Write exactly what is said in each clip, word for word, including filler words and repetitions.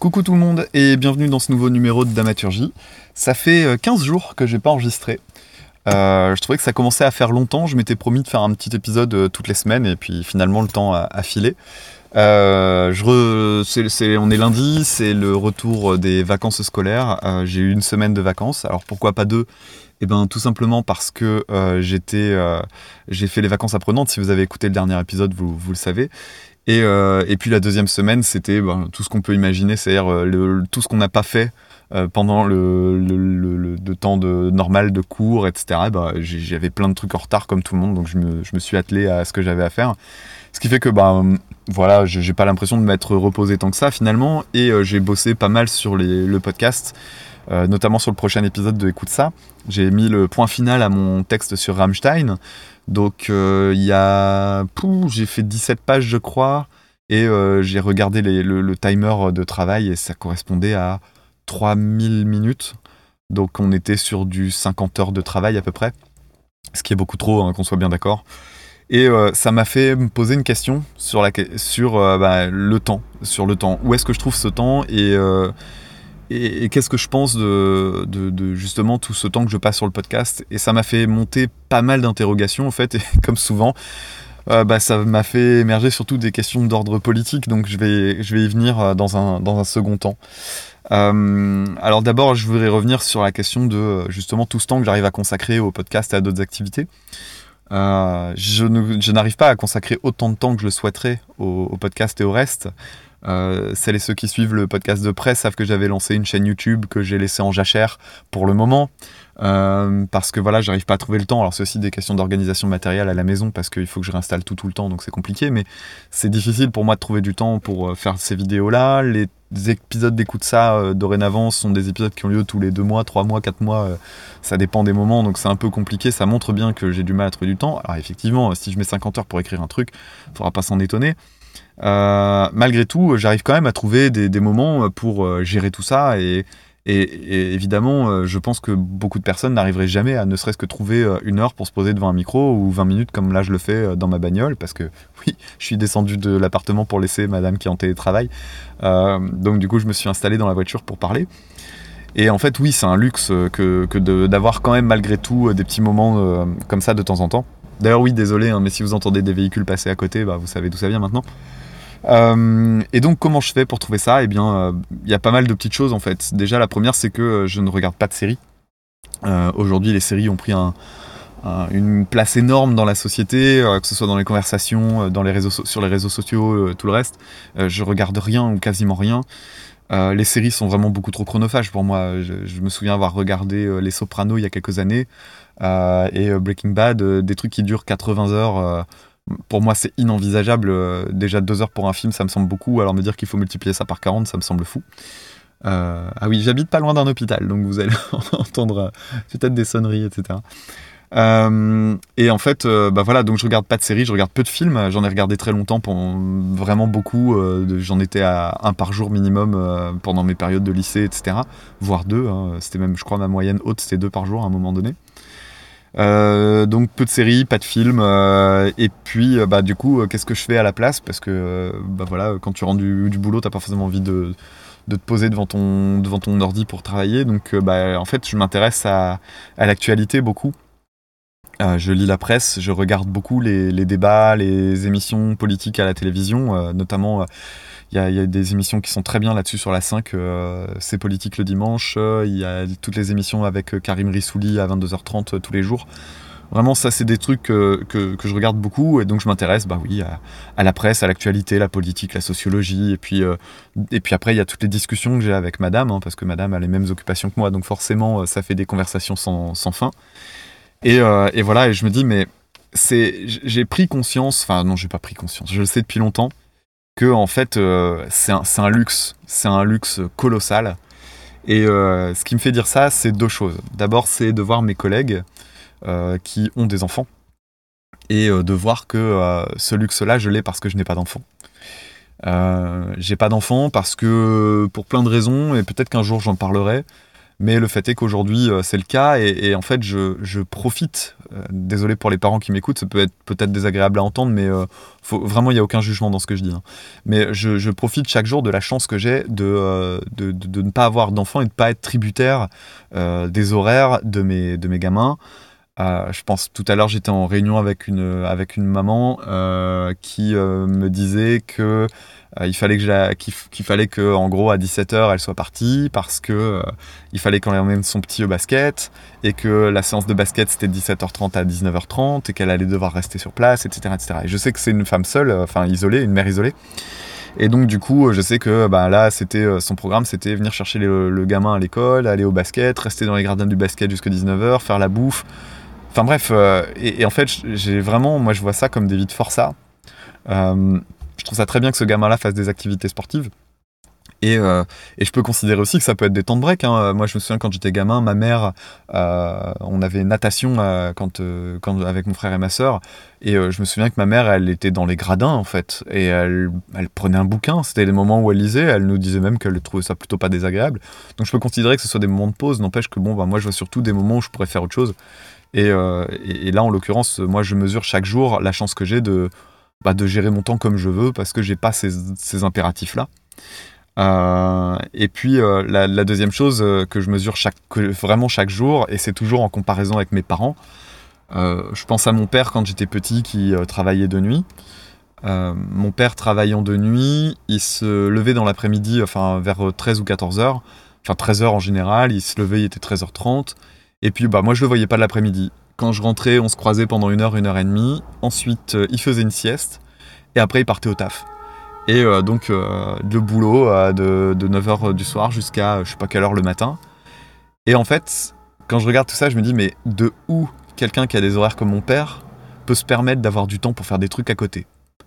Coucou tout le monde et bienvenue dans ce nouveau numéro de Damaturgie. Ça fait quinze jours que j'ai pas enregistré. Euh, je trouvais que ça commençait à faire longtemps. Je m'étais promis de faire un petit épisode euh, toutes les semaines et puis finalement le temps a, a filé. Euh, je re... c'est, c'est... On est lundi, c'est le retour des vacances scolaires. Euh, j'ai eu une semaine de vacances. Alors pourquoi pas deux ? Eh ben tout simplement parce que euh, j'étais, euh, j'ai fait les vacances apprenantes. Si vous avez écouté le dernier épisode, vous, vous le savez. Et, euh, et puis la deuxième semaine, c'était ben, tout ce qu'on peut imaginer, c'est-à-dire euh, le, tout ce qu'on n'a pas fait euh, pendant le, le, le, le, le temps de, normal de cours, et cetera. Ben, j'avais plein de trucs en retard comme tout le monde, donc je me, je me suis attelé à ce que j'avais à faire. Ce qui fait que ben, voilà, j'ai pas l'impression de m'être reposé tant que ça finalement, et euh, j'ai bossé pas mal sur les, le podcast. Euh, notamment sur le prochain épisode de Écoute ça. J'ai mis le point final à mon texte sur Rammstein. Donc il euh, y a... Pouh, j'ai fait dix-sept pages je crois. Et euh, j'ai regardé les, le, le timer de travail et ça correspondait à trois mille minutes. Donc on était sur du cinquante heures de travail à peu près. Ce qui est beaucoup trop, hein, qu'on soit bien d'accord. Et euh, ça m'a fait me poser une question sur, la, sur euh, bah, le temps. Sur le temps. Où est-ce que je trouve ce temps et... Euh, Et, et qu'est-ce que je pense de, de, de justement tout ce temps que je passe sur le podcast. Et ça m'a fait monter pas mal d'interrogations en fait, et comme souvent, euh, bah, ça m'a fait émerger surtout des questions d'ordre politique, donc je vais, je vais y venir dans un, dans un second temps. Euh, alors d'abord, je voudrais revenir sur la question de justement tout ce temps que j'arrive à consacrer au podcast et à d'autres activités. Euh, je, ne, je n'arrive pas à consacrer autant de temps que je le souhaiterais au, au podcast et au reste. Euh, celles et ceux qui suivent le podcast de presse savent que j'avais lancé une chaîne YouTube que j'ai laissée en jachère pour le moment euh, parce que voilà, j'arrive pas à trouver le temps. Alors c'est aussi des questions d'organisation matérielle à la maison parce qu'il faut que je réinstalle tout tout le temps, donc c'est compliqué, mais c'est difficile pour moi de trouver du temps pour faire ces vidéos là. Les épisodes d'Écoute ça euh, dorénavant sont des épisodes qui ont lieu tous les deux mois, trois mois, quatre mois, euh, ça dépend des moments, donc c'est un peu compliqué. Ça montre bien que j'ai du mal à trouver du temps. Alors effectivement, si je mets cinquante heures pour écrire un truc, faudra pas s'en étonner. Euh, malgré tout, j'arrive quand même à trouver des, des moments pour euh, gérer tout ça et, et, et évidemment, euh, je pense que beaucoup de personnes n'arriveraient jamais à ne serait-ce que trouver euh, une heure pour se poser devant un micro ou vingt minutes comme là je le fais euh, dans ma bagnole parce que oui, je suis descendu de l'appartement pour laisser madame qui est en télétravail. Euh, donc du coup, je me suis installé dans la voiture pour parler. Et en fait, oui, c'est un luxe que, que de, d'avoir quand même malgré tout des petits moments euh, comme ça de temps en temps. D'ailleurs, oui, désolé, hein, mais si vous entendez des véhicules passer à côté, bah, vous savez d'où ça vient maintenant. Euh, et donc comment je fais pour trouver ça ? Eh bien, il euh, y a pas mal de petites choses en fait. Déjà, la première, c'est que euh, je ne regarde pas de séries. Euh, aujourd'hui, les séries ont pris un, un, une place énorme dans la société, euh, que ce soit dans les conversations, euh, dans les réseaux, sur les réseaux sociaux, euh, tout le reste. Euh, je regarde rien ou quasiment rien. Euh, les séries sont vraiment beaucoup trop chronophages pour moi. Je, je me souviens avoir regardé euh, Les Sopranos il y a quelques années euh, et euh, Breaking Bad, euh, des trucs qui durent quatre-vingts heures. Euh, Pour moi, c'est inenvisageable. Euh, déjà, deux heures pour un film, ça me semble beaucoup. Alors, me dire qu'il faut multiplier ça par quarante, ça me semble fou. Euh, ah oui, j'habite pas loin d'un hôpital, donc vous allez entendre euh, peut-être des sonneries, et cetera. Euh, et en fait, euh, bah voilà, donc je regarde pas de séries, je regarde peu de films. J'en ai regardé très longtemps, pendant vraiment beaucoup. Euh, de, j'en étais à un par jour minimum euh, pendant mes périodes de lycée, et cetera. Voire deux. Hein. C'était même, je crois, ma moyenne haute, c'était deux par jour à un moment donné. Euh, donc peu de séries, pas de films, euh, et puis euh, bah du coup euh, qu'est-ce que je fais à la place parce que euh, bah voilà, quand tu rentres du, du boulot, t'as pas forcément envie de, de te poser devant ton devant ton ordi pour travailler, donc euh, bah en fait je m'intéresse à, à l'actualité beaucoup. Euh, je lis la presse, je regarde beaucoup les, les débats, les émissions politiques à la télévision, euh, notamment. Il euh, y, y a des émissions qui sont très bien là-dessus sur la cinq, euh, C'est politique le dimanche, il euh, y a toutes les émissions avec Karim Rissouli à vingt-deux heures trente euh, tous les jours. Vraiment, ça, c'est des trucs euh, que, que je regarde beaucoup, et donc je m'intéresse bah oui, à, à la presse, à l'actualité, la politique, la sociologie, et puis, euh, et puis après, il y a toutes les discussions que j'ai avec madame, hein, parce que madame a les mêmes occupations que moi, donc forcément, ça fait des conversations sans, sans fin. Et, euh, et voilà, et je me dis, mais c'est, j'ai pris conscience, enfin non, j'ai pas pris conscience, je le sais depuis longtemps, que en fait euh, c'est, un, c'est un luxe, c'est un luxe colossal. Et euh, ce qui me fait dire ça, c'est deux choses. D'abord, c'est de voir mes collègues euh, qui ont des enfants et euh, de voir que euh, ce luxe-là, je l'ai parce que je n'ai pas d'enfants. Euh, j'ai pas d'enfants parce que pour plein de raisons, et peut-être qu'un jour j'en parlerai, Mais le fait est qu'aujourd'hui, euh, c'est le cas. Et, et en fait, je, je profite. Euh, désolé pour les parents qui m'écoutent, ça peut être peut-être désagréable à entendre, mais euh, faut, vraiment, il n'y a aucun jugement dans ce que je dis. Hein. Mais je, je profite chaque jour de la chance que j'ai de, euh, de, de, de ne pas avoir d'enfants et de ne pas être tributaire euh, des horaires de mes, de mes gamins. Euh, je pense tout à l'heure j'étais en réunion avec une avec une maman euh, qui euh, me disait que euh, il fallait que j'a- qu'il, f- qu'il fallait que en gros à dix-sept heures elle soit partie parce que euh, il fallait qu'elle emmène son petit au basket et que la séance de basket c'était de dix-sept heures trente à dix-neuf heures trente et qu'elle allait devoir rester sur place, etc., etc. Et je sais que c'est une femme seule, euh, enfin isolée, une mère isolée. Et donc du coup, je sais que bah, là, c'était euh, son programme, c'était venir chercher le, le gamin à l'école, aller au basket, rester dans les gradins du basket jusqu'à dix-neuf heures, faire la bouffe. Enfin bref, euh, et, et en fait, j'ai vraiment, moi je vois ça comme des vies de forçat. Euh, je trouve ça très bien que ce gamin-là fasse des activités sportives. Et, euh, et je peux considérer aussi que ça peut être des temps de break. Hein. Moi, je me souviens quand j'étais gamin, ma mère, euh, on avait natation euh, quand, euh, quand, avec mon frère et ma sœur. Et euh, je me souviens que ma mère, elle était dans les gradins, en fait. Et elle, elle prenait un bouquin. C'était des moments où elle lisait. Elle nous disait même qu'elle trouvait ça plutôt pas désagréable. Donc je peux considérer que ce soit des moments de pause. N'empêche que bon, bah, moi, je vois surtout des moments où je pourrais faire autre chose. Et, euh, et, et là, en l'occurrence, moi, je mesure chaque jour la chance que j'ai de, bah, de gérer mon temps comme je veux parce que j'ai pas ces, ces impératifs-là. Euh, et puis euh, la, la deuxième chose euh, que je mesure chaque, que, vraiment chaque jour, et c'est toujours en comparaison avec mes parents, euh, je pense à mon père quand j'étais petit qui euh, travaillait de nuit. Euh, mon père travaillant de nuit, il se levait dans l'après-midi, enfin vers treize ou quatorze heures, enfin treize heures en général, il se levait, il était treize heures trente, et puis bah, moi je le voyais pas de l'après-midi. Quand je rentrais, on se croisait pendant une heure, une heure et demie, ensuite euh, il faisait une sieste, et après il partait au taf. Et euh, donc, euh, le boulot euh, de, de neuf heures du soir jusqu'à euh, je sais pas quelle heure le matin. Et en fait, quand je regarde tout ça, je me dis, mais de où quelqu'un qui a des horaires comme mon père peut se permettre d'avoir du temps pour faire des trucs à côté.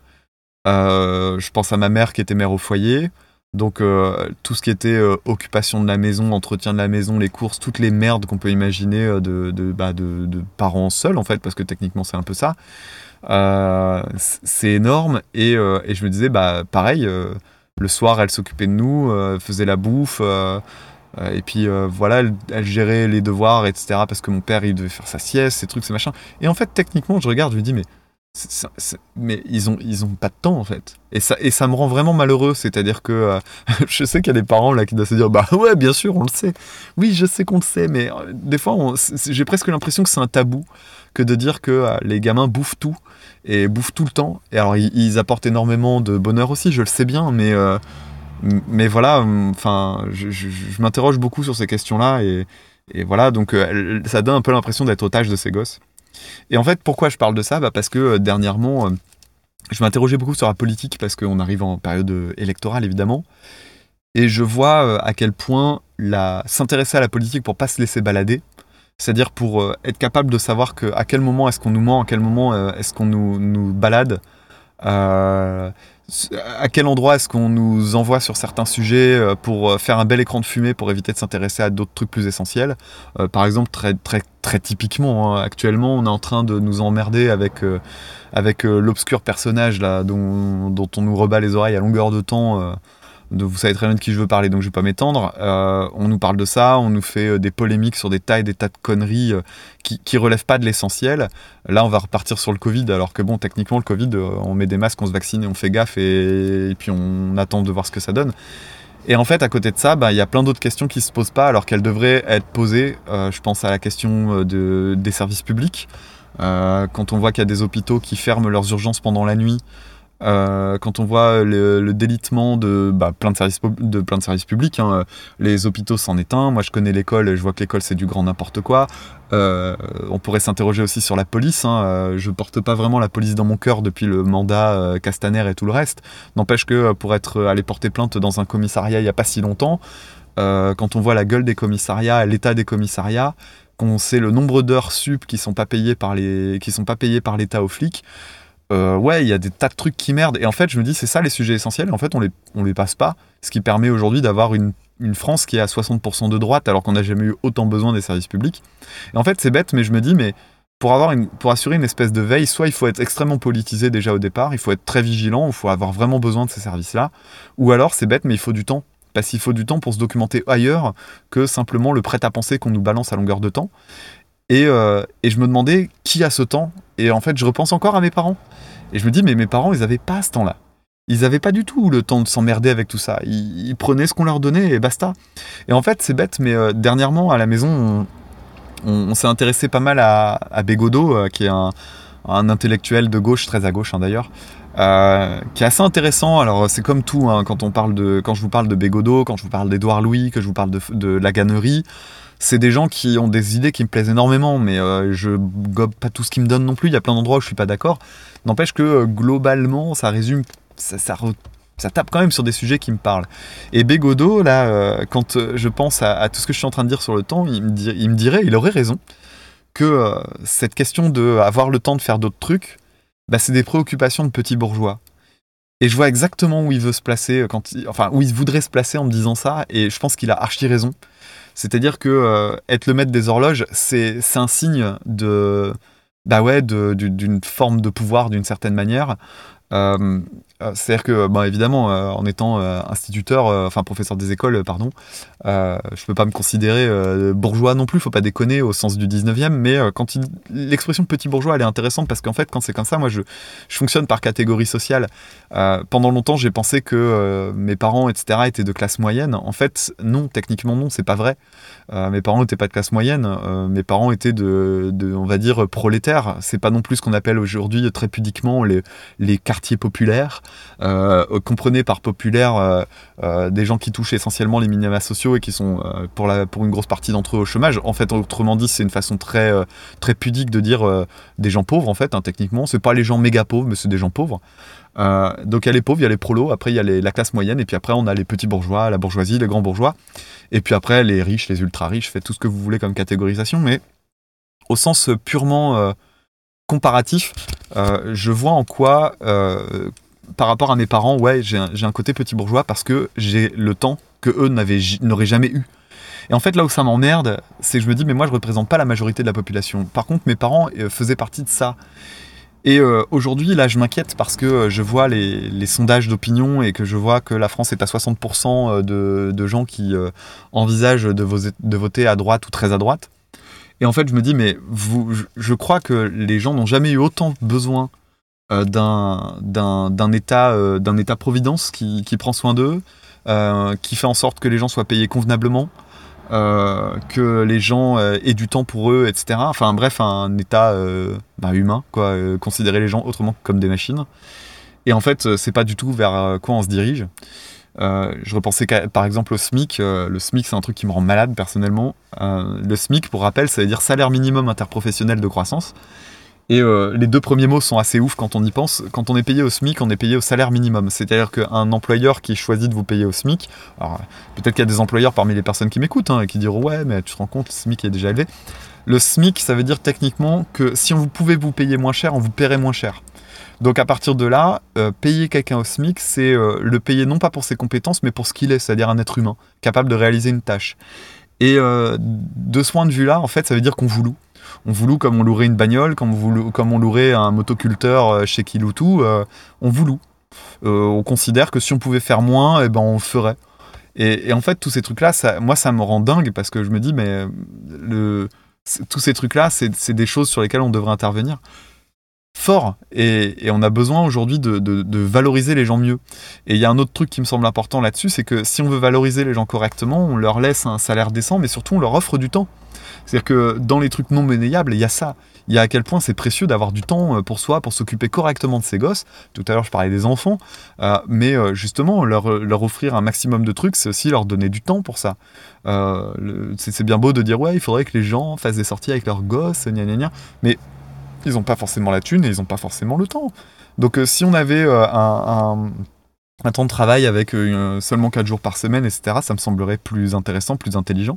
Euh, Je pense à ma mère qui était mère au foyer. Donc, euh, tout ce qui était euh, occupation de la maison, entretien de la maison, les courses, toutes les merdes qu'on peut imaginer euh, de, de, bah, de, de parents seuls, en fait, parce que techniquement, c'est un peu ça. Euh, c'est énorme et, euh, et je me disais bah pareil euh, le soir elle s'occupait de nous, euh, faisait la bouffe euh, euh, et puis euh, voilà elle, elle gérait les devoirs, etc., parce que mon père il devait faire sa sieste, ces trucs, ces machins. Et en fait techniquement je regarde, je me dis mais c'est- c'est- c'est- mais ils ont ils ont pas de temps en fait, et ça et ça me rend vraiment malheureux. C'est à dire que euh, je sais qu'il y a des parents là qui doivent se dire bah ouais bien sûr on le sait, oui je sais qu'on le sait, mais euh, des fois on- c'est- j'ai presque l'impression que c'est un tabou que de dire que euh, les gamins bouffent tout et bouffent tout le temps. Et alors ils, ils apportent énormément de bonheur aussi, je le sais bien, mais euh, m- mais voilà, enfin je, je- je m'interroge beaucoup sur ces questions-là, et, et voilà, donc euh, elle- ça donne un peu l'impression d'être otage de ces gosses. Et en fait, pourquoi je parle de ça? Bah parce que euh, dernièrement, euh, je m'interrogeais beaucoup sur la politique parce qu'on arrive en période euh, électorale évidemment, et je vois euh, à quel point la s'intéresser à la politique pour pas se laisser balader, c'est-à-dire pour euh, être capable de savoir que, à quel moment est-ce qu'on nous ment, à quel moment euh, est-ce qu'on nous, nous balade, euh, à quel endroit est-ce qu'on nous envoie sur certains sujets euh, pour euh, faire un bel écran de fumée pour éviter de s'intéresser à d'autres trucs plus essentiels. Euh, par exemple, très, très, très typiquement, hein, actuellement, on est en train de nous emmerder avec, euh, avec euh, l'obscur personnage là, dont, dont on nous rebat les oreilles à longueur de temps. Euh, de, vous savez très bien de qui je veux parler, donc je vais pas m'étendre. Euh, on nous parle de ça, on nous fait euh, des polémiques sur des tas et des tas de conneries euh, qui, qui relèvent pas de l'essentiel. Là, on va repartir sur le Covid, alors que bon, techniquement, le Covid, euh, on met des masques, on se vaccine et on fait gaffe, et, et puis on attend de voir ce que ça donne. Et en fait, à côté de ça, bah, y a plein d'autres questions qui se posent pas, alors qu'elles devraient être posées. Euh, je pense à la question euh, de, des services publics. Euh, quand on voit qu'il y a des hôpitaux qui ferment leurs urgences pendant la nuit, euh, quand on voit le, le délitement de, bah, plein de services, de plein de services publics, hein, les hôpitaux s'en est un. Moi, je connais l'école et je vois que l'école, c'est du grand n'importe quoi. Euh, on pourrait s'interroger aussi sur la police. Hein. Euh, je porte pas vraiment la police dans mon cœur depuis le mandat euh, Castaner et tout le reste. N'empêche que euh, pour être allé porter plainte dans un commissariat il y a pas si longtemps, euh, quand on voit la gueule des commissariats, l'état des commissariats, qu'on sait le nombre d'heures sup qui sont pas payées par les, qui sont pas payées par l'État aux flics. Euh, ouais, il y a des tas de trucs qui merdent. Et en fait, je me dis, c'est ça les sujets essentiels. Et en fait, on les, on les passe pas. Ce qui permet aujourd'hui d'avoir une, une France qui est à soixante pour cent de droite, alors qu'on n'a jamais eu autant besoin des services publics. Et en fait, c'est bête, mais je me dis, mais pour, avoir une, pour assurer une espèce de veille, soit il faut être extrêmement politisé déjà au départ, il faut être très vigilant, il faut avoir vraiment besoin de ces services-là. Ou alors, c'est bête, mais il faut du temps. parce qu'il faut du temps pour se documenter ailleurs que simplement le prêt-à-penser qu'on nous balance à longueur de temps. Et, euh, et je me demandais qui a ce temps. Et en fait, je repense encore à mes parents. Et je me dis, mais mes parents, ils n'avaient pas ce temps-là. Ils n'avaient pas du tout le temps de s'emmerder avec tout ça. Ils, ils prenaient ce qu'on leur donnait et basta. Et en fait, c'est bête, mais euh, dernièrement, à la maison, on, on, on s'est intéressé pas mal à, à Bégodeau, euh, qui est un, un intellectuel de gauche, très à gauche hein, d'ailleurs, euh, qui est assez intéressant. Alors, c'est comme tout, hein, quand, on parle de, quand je vous parle de Bégodeau, quand je vous parle d'Édouard Louis, que je vous parle de, de Laganerie, c'est des gens qui ont des idées qui me plaisent énormément, mais euh, je gobe pas tout ce qu'ils me donnent non plus. Il y a plein d'endroits où je suis pas d'accord. N'empêche que euh, globalement, ça résume, ça, ça, re, ça tape quand même sur des sujets qui me parlent. Et Bégodeau, là, euh, quand euh, je pense à, à tout ce que je suis en train de dire sur le temps, il me, dir, il me dirait, il aurait raison, que euh, cette question d'avoir le temps de faire d'autres trucs, bah, c'est des préoccupations de petits bourgeois. Et je vois exactement où il veut se placer, quand il, enfin où il voudrait se placer en me disant ça, et je pense qu'il a archi raison. C'est-à-dire que euh, être le maître des horloges, c'est, c'est un signe de, bah ouais, de, d'une forme de pouvoir d'une certaine manière. Euh, c'est-à-dire que, bah, évidemment, euh, en étant euh, instituteur, euh, enfin professeur des écoles, euh, pardon, euh, je peux pas me considérer euh, bourgeois non plus, faut pas déconner au sens du dix-neuvième, mais euh, quand il, l'expression petit bourgeois, elle est intéressante parce qu'en fait, quand c'est comme ça, moi, je, je fonctionne par catégorie sociale. Euh, pendant longtemps, j'ai pensé que euh, mes parents, et cetera, étaient de classe moyenne. En fait, non, techniquement, non, c'est pas vrai. Euh, mes parents n'étaient pas de classe moyenne. Euh, mes parents étaient de, de, on va dire, prolétaires. C'est pas non plus ce qu'on appelle aujourd'hui très pudiquement les, les quartiers populaires. Euh, comprenez par populaire euh, euh, des gens qui touchent essentiellement les minima sociaux et qui sont euh, pour, la, pour une grosse partie d'entre eux au chômage. En fait, autrement dit, c'est une façon très, euh, très pudique de dire euh, des gens pauvres, en fait, hein, techniquement. C'est pas les gens méga pauvres, mais c'est des gens pauvres. Euh, donc il y a les pauvres, il y a les prolos, après il y a les, la classe moyenne, et puis après on a les petits bourgeois, la bourgeoisie, les grands bourgeois, et puis après les riches, les ultra riches, faites tout ce que vous voulez comme catégorisation, mais au sens purement euh, comparatif, euh, je vois en quoi, euh, par rapport à mes parents, ouais, j'ai un, j'ai un côté petit bourgeois parce que j'ai le temps que eux n'avaient, n'auraient jamais eu. Et en fait, là où ça m'emmerde, c'est que je me dis, mais moi je représente pas la majorité de la population. Par contre, mes parents euh, faisaient partie de ça. Et euh, aujourd'hui, là, je m'inquiète parce que euh, je vois les, les sondages d'opinion et que je vois que la France est à soixante pour cent de, de gens qui euh, envisagent de, vo- de voter à droite ou très à droite. Et en fait, je me dis, mais vous, je, je crois que les gens n'ont jamais eu autant besoin euh, d'un, d'un, d'un état, euh, d'un état-providence qui, qui prend soin d'eux, euh, qui fait en sorte que les gens soient payés convenablement, Euh, que les gens euh, aient du temps pour eux, et cetera. Enfin bref, un état euh, bah, humain, quoi, euh, considérer les gens autrement que comme des machines. Et en fait, euh, c'est pas du tout vers euh, quoi on se dirige. Euh, je repensais par exemple au SMIC. Euh, le SMIC, c'est un truc qui me rend malade personnellement. Euh, le SMIC, pour rappel, ça veut dire salaire minimum interprofessionnel de croissance. Et euh, les deux premiers mots sont assez ouf quand on y pense. Quand on est payé au SMIC, on est payé au salaire minimum. C'est-à-dire qu'un employeur qui choisit de vous payer au SMIC, alors peut-être qu'il y a des employeurs parmi les personnes qui m'écoutent hein, et qui diront ouais mais tu te rends compte, le SMIC est déjà élevé. Le SMIC, ça veut dire techniquement que si on pouvait vous payer moins cher, on vous paierait moins cher. Donc à partir de là, euh, payer quelqu'un au SMIC, c'est euh, le payer non pas pour ses compétences, mais pour ce qu'il est, c'est-à-dire un être humain, capable de réaliser une tâche. Et euh, de ce point de vue-là, en fait, ça veut dire qu'on vous loue. On vous loue comme on louerait une bagnole, comme on, vous loue, comme on louerait un motoculteur chez qui loue tout, euh, on vous loue. Euh, on considère que si on pouvait faire moins, eh ben on le ferait. Et, et en fait, tous ces trucs-là, ça, moi, ça me rend dingue parce que je me dis, mais le, tous ces trucs-là, c'est, c'est des choses sur lesquelles on devrait intervenir fort. Et, et on a besoin aujourd'hui de, de, de valoriser les gens mieux. Et il y a un autre truc qui me semble important là-dessus, c'est que si on veut valoriser les gens correctement, on leur laisse un salaire décent, mais surtout on leur offre du temps. C'est-à-dire que dans les trucs non monnayables, il y a ça. Il y a à quel point c'est précieux d'avoir du temps pour soi, pour s'occuper correctement de ses gosses. Tout à l'heure, je parlais des enfants. Euh, mais euh, justement, leur, leur offrir un maximum de trucs, c'est aussi leur donner du temps pour ça. Euh, le, c'est, c'est bien beau de dire, ouais, il faudrait que les gens fassent des sorties avec leurs gosses, gna gna gna. Mais ils n'ont pas forcément la thune et ils n'ont pas forcément le temps. Donc euh, si on avait euh, un, un, un temps de travail avec euh, seulement quatre jours par semaine, et cetera, ça me semblerait plus intéressant, plus intelligent.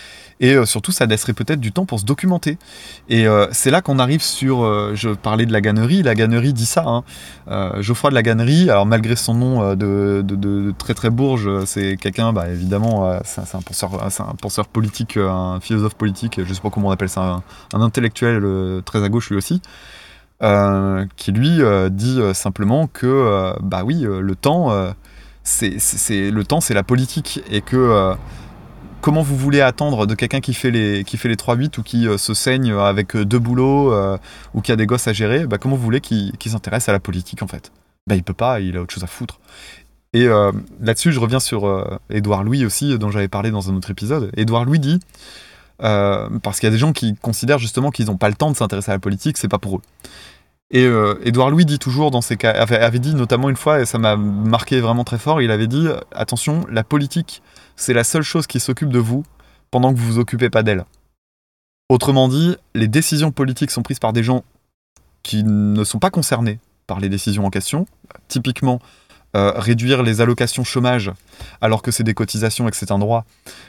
Et euh, surtout, ça laisserait peut-être du temps pour se documenter. Et euh, c'est là qu'on arrive sur... Euh, je parlais de Laganerie. Laganerie dit ça. Hein. Euh, Geoffroy de Laganerie, alors malgré son nom euh, de, de, de, de très très bourge, c'est quelqu'un, bah, évidemment, euh, c'est, c'est, un penseur, c'est un penseur politique, un philosophe politique, je ne sais pas comment on appelle ça, un, un intellectuel euh, très à gauche lui aussi, euh, qui lui euh, dit euh, simplement que, euh, bah oui, euh, le temps... Euh, c'est, c'est, c'est- le temps, c'est la politique. Et que euh, comment vous voulez attendre de quelqu'un qui fait les, qui fait les trois huit ou qui euh, se saigne avec euh, deux boulots euh, ou qui a des gosses à gérer, bah, comment vous voulez qu'il, qu'il s'intéresse à la politique en fait? Bah, il peut pas, il a autre chose à foutre. Et euh, là-dessus, je reviens sur euh, Édouard Louis aussi, dont j'avais parlé dans un autre épisode. Édouard Louis dit, euh, parce qu'il y a des gens qui considèrent justement qu'ils n'ont pas le temps de s'intéresser à la politique, c'est pas pour eux. Et euh, Édouard Louis dit toujours dans ces cas, avait, avait dit notamment une fois, et ça m'a marqué vraiment très fort, il avait dit attention, la politique, c'est la seule chose qui s'occupe de vous pendant que vous vous occupez pas d'elle. Autrement dit, les décisions politiques sont prises par des gens qui ne sont pas concernés par les décisions en question. Typiquement, euh, réduire les allocations chômage alors que c'est des cotisations et que c'est un droit.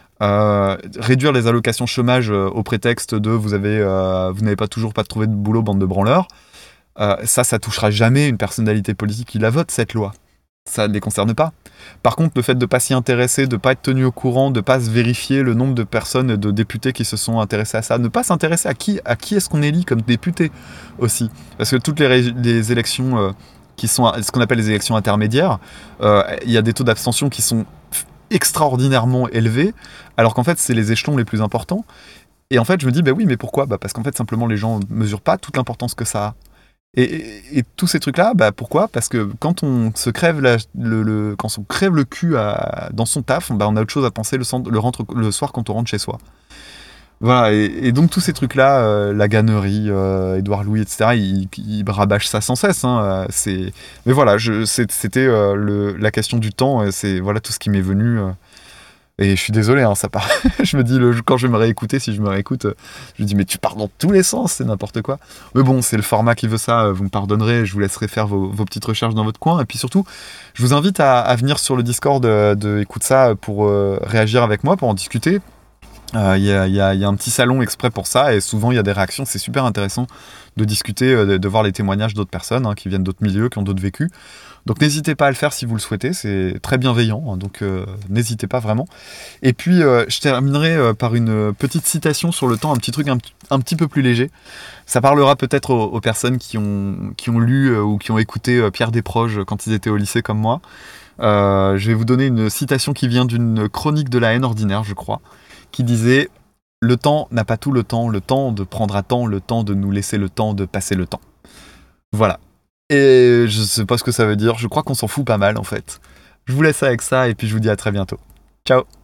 Euh, réduire les allocations chômage euh, au prétexte de vous avez, euh, vous n'avez pas toujours pas trouvé de boulot, bande de branleurs. Euh, ça, ça touchera jamais une personnalité politique qui la vote, cette loi. Ça ne les concerne pas. Par contre, le fait de ne pas s'y intéresser, de ne pas être tenu au courant, de ne pas se vérifier le nombre de personnes, de députés qui se sont intéressés à ça, ne pas s'intéresser à qui, à qui est-ce qu'on élit comme député aussi. Parce que toutes les, ré- les élections euh, qui sont ce qu'on appelle les élections intermédiaires, euh, il y a des taux d'abstention qui sont extraordinairement élevés, alors qu'en fait, c'est les échelons les plus importants. Et en fait, je me dis, bah oui, mais pourquoi? Bah parce qu'en fait, simplement, les gens ne mesurent pas toute l'importance que ça a. Et, et- et tous ces trucs-là, bah pourquoi? Parce que quand on se crève la- le, le- quand on crève le cul à- dans son taf, bah on a autre chose à penser le, cent- le, rentre- le soir quand on rentre chez soi. Voilà, et, et donc tous ces trucs-là, euh, la gannerie, euh, Édouard Louis, et cetera, ils il rabâchent ça sans cesse. Hein, euh, c'est... Mais voilà, je, c'est- c'était euh, le- la question du temps, et c'est voilà tout ce qui m'est venu. euh, et je suis désolé, hein, ça part. Je me dis, le, quand je vais me réécouter, si je me réécoute, euh, je me dis, mais tu pars dans tous les sens, c'est n'importe quoi. Mais bon, c'est le format qui veut ça, euh, vous me pardonnerez, je vous laisserai faire vos, vos petites recherches dans votre coin. Et puis surtout, je vous invite à, à venir sur le Discord de, de Écoute ça pour euh, réagir avec moi, pour en discuter. Euh, Il y, a, il y a- il y a un petit salon exprès pour ça, et souvent il y a des réactions, c'est super intéressant de discuter, euh, de, de voir les témoignages d'autres personnes hein, qui viennent d'autres milieux, qui ont d'autres vécus. Donc n'hésitez pas à le faire si vous le souhaitez, c'est très bienveillant, hein, donc euh, n'hésitez pas vraiment. Et puis euh, je terminerai euh, par une petite citation sur le temps, un petit truc un, p- un petit peu plus léger. Ça parlera peut-être aux, aux personnes qui ont, qui ont lu euh, ou qui ont écouté euh, Pierre Desproges quand ils étaient au lycée comme moi. Euh, je vais vous donner une citation qui vient d'une chronique de la haine ordinaire, je crois, qui disait le temps n'a pas tout le temps, le temps de prendre à temps, le temps de nous laisser le temps de passer le temps. Voilà. Et je sais pas ce que ça veut dire, je crois qu'on s'en fout pas mal en fait. Je vous laisse avec ça et puis je vous dis à très bientôt. Ciao.